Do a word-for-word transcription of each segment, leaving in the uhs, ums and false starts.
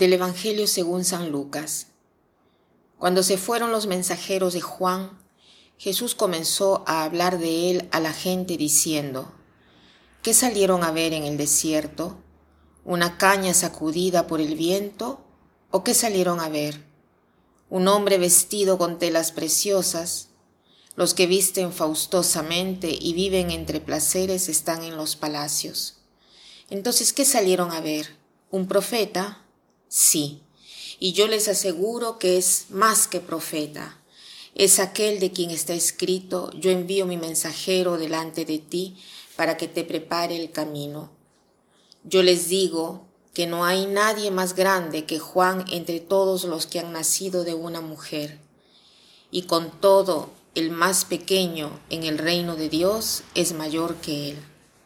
Del Evangelio según San Lucas. Cuando se fueron los mensajeros de Juan, Jesús comenzó a hablar de él a la gente diciendo: ¿Qué salieron a ver en el desierto? ¿Una caña sacudida por el viento? ¿O qué salieron a ver? ¿Un hombre vestido con telas preciosas? Los que visten faustosamente y viven entre placeres están en los palacios. Entonces, ¿qué salieron a ver? ¿Un profeta? Sí, y yo les aseguro que es más que profeta. Es aquel de quien está escrito: yo envío mi mensajero delante de ti para que te prepare el camino. Yo les digo que no hay nadie más grande que Juan entre todos los que han nacido de una mujer. Y con todo, el más pequeño en el reino de Dios es mayor que él.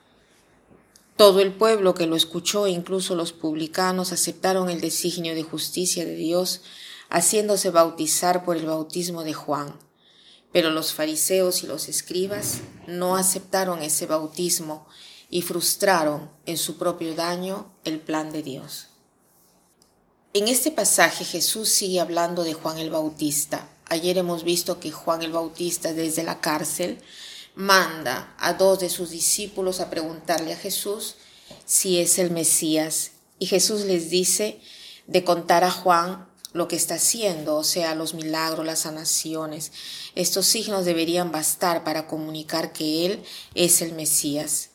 Todo el pueblo que lo escuchó, incluso los publicanos, aceptaron el designio de justicia de Dios, haciéndose bautizar por el bautismo de Juan. Pero los fariseos y los escribas no aceptaron ese bautismo y frustraron en su propio daño el plan de Dios. En este pasaje Jesús sigue hablando de Juan el Bautista. Ayer hemos visto que Juan el Bautista, desde la cárcel, manda a dos de sus discípulos a preguntarle a Jesús si es el Mesías. Y Jesús les dice de contar a Juan lo que está haciendo, o sea, los milagros, las sanaciones. Estos signos deberían bastar para comunicar que Él es el Mesías.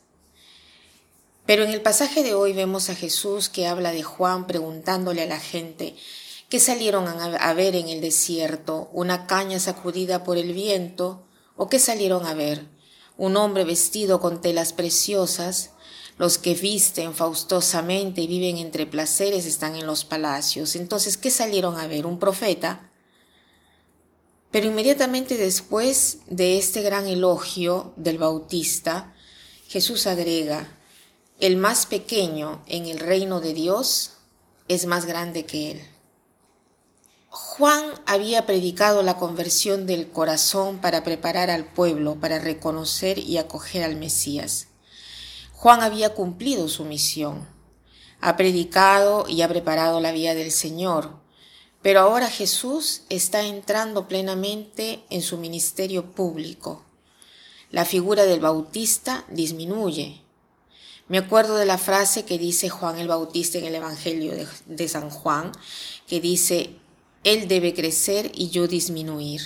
Pero en el pasaje de hoy vemos a Jesús que habla de Juan preguntándole a la gente: ¿qué salieron a ver en el desierto? ¿Una caña sacudida por el viento? ¿O qué salieron a ver? ¿Un hombre vestido con telas preciosas? Los que visten faustosamente y viven entre placeres están en los palacios. Entonces, ¿qué salieron a ver? ¿Un profeta? Pero inmediatamente después de este gran elogio del Bautista, Jesús agrega: el más pequeño en el reino de Dios es más grande que él. Juan había predicado la conversión del corazón para preparar al pueblo para reconocer y acoger al Mesías. Juan había cumplido su misión, ha predicado y ha preparado la vía del Señor, pero ahora Jesús está entrando plenamente en su ministerio público. La figura del Bautista disminuye. Me acuerdo de la frase que dice Juan el Bautista en el Evangelio de, de San Juan, que dice: Él debe crecer y yo disminuir.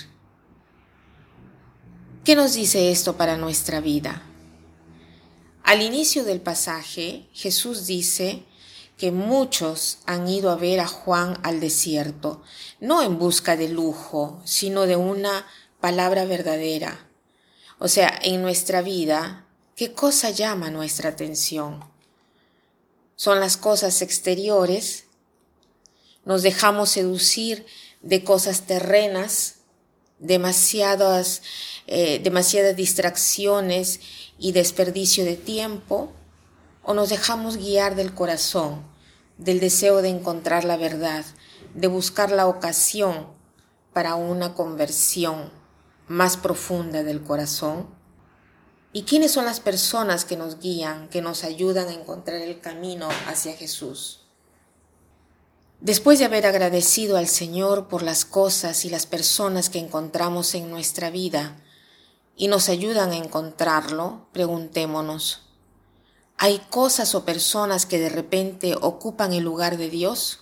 ¿Qué nos dice esto para nuestra vida? Al inicio del pasaje, Jesús dice que muchos han ido a ver a Juan al desierto, no en busca de lujo, sino de una palabra verdadera. O sea, en nuestra vida, ¿qué cosa llama nuestra atención? ¿Son las cosas exteriores? Nos dejamos seducir de cosas terrenas, demasiadas, eh, demasiadas distracciones y desperdicio de tiempo, o nos dejamos guiar del corazón, del deseo de encontrar la verdad, de buscar la ocasión para una conversión más profunda del corazón. ¿Y quiénes son las personas que nos guían, que nos ayudan a encontrar el camino hacia Jesús? Después de haber agradecido al Señor por las cosas y las personas que encontramos en nuestra vida y nos ayudan a encontrarlo, preguntémonos: ¿hay cosas o personas que de repente ocupan el lugar de Dios?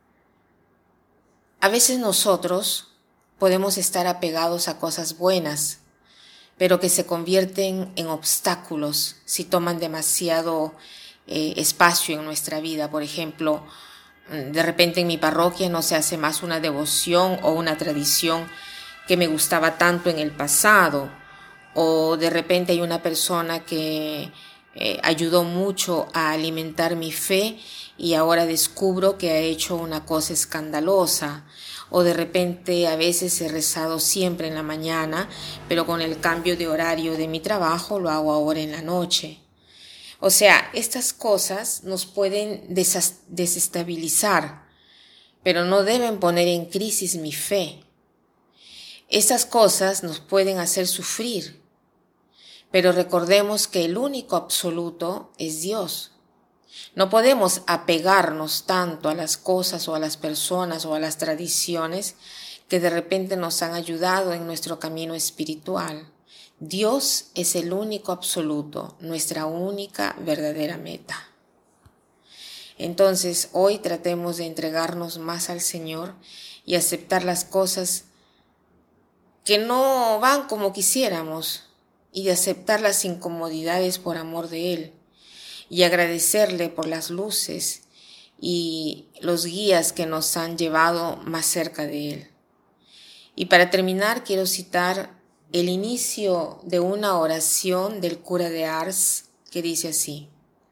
A veces nosotros podemos estar apegados a cosas buenas, pero que se convierten en obstáculos si toman demasiado eh, espacio en nuestra vida. Por ejemplo, de repente en mi parroquia no se hace más una devoción o una tradición que me gustaba tanto en el pasado, o de repente hay una persona que eh, ayudó mucho a alimentar mi fe y ahora descubro que ha hecho una cosa escandalosa, o de repente a veces he rezado siempre en la mañana, pero con el cambio de horario de mi trabajo lo hago ahora en la noche. O sea, estas cosas nos pueden desestabilizar, pero no deben poner en crisis mi fe. Estas cosas nos pueden hacer sufrir, pero recordemos que el único absoluto es Dios. No podemos apegarnos tanto a las cosas o a las personas o a las tradiciones que de repente nos han ayudado en nuestro camino espiritual. Dios es el único absoluto, nuestra única verdadera meta. Entonces, hoy tratemos de entregarnos más al Señor y aceptar las cosas que no van como quisiéramos y de aceptar las incomodidades por amor de Él y agradecerle por las luces y los guías que nos han llevado más cerca de Él. Y para terminar, quiero citar el inicio de una oración del cura de Ars que dice así: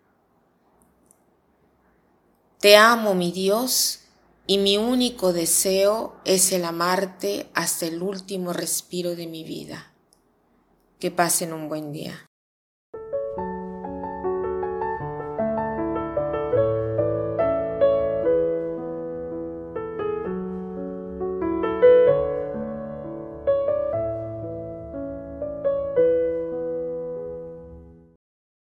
Te amo, mi Dios, y mi único deseo es el amarte hasta el último respiro de mi vida. Que pasen un buen día.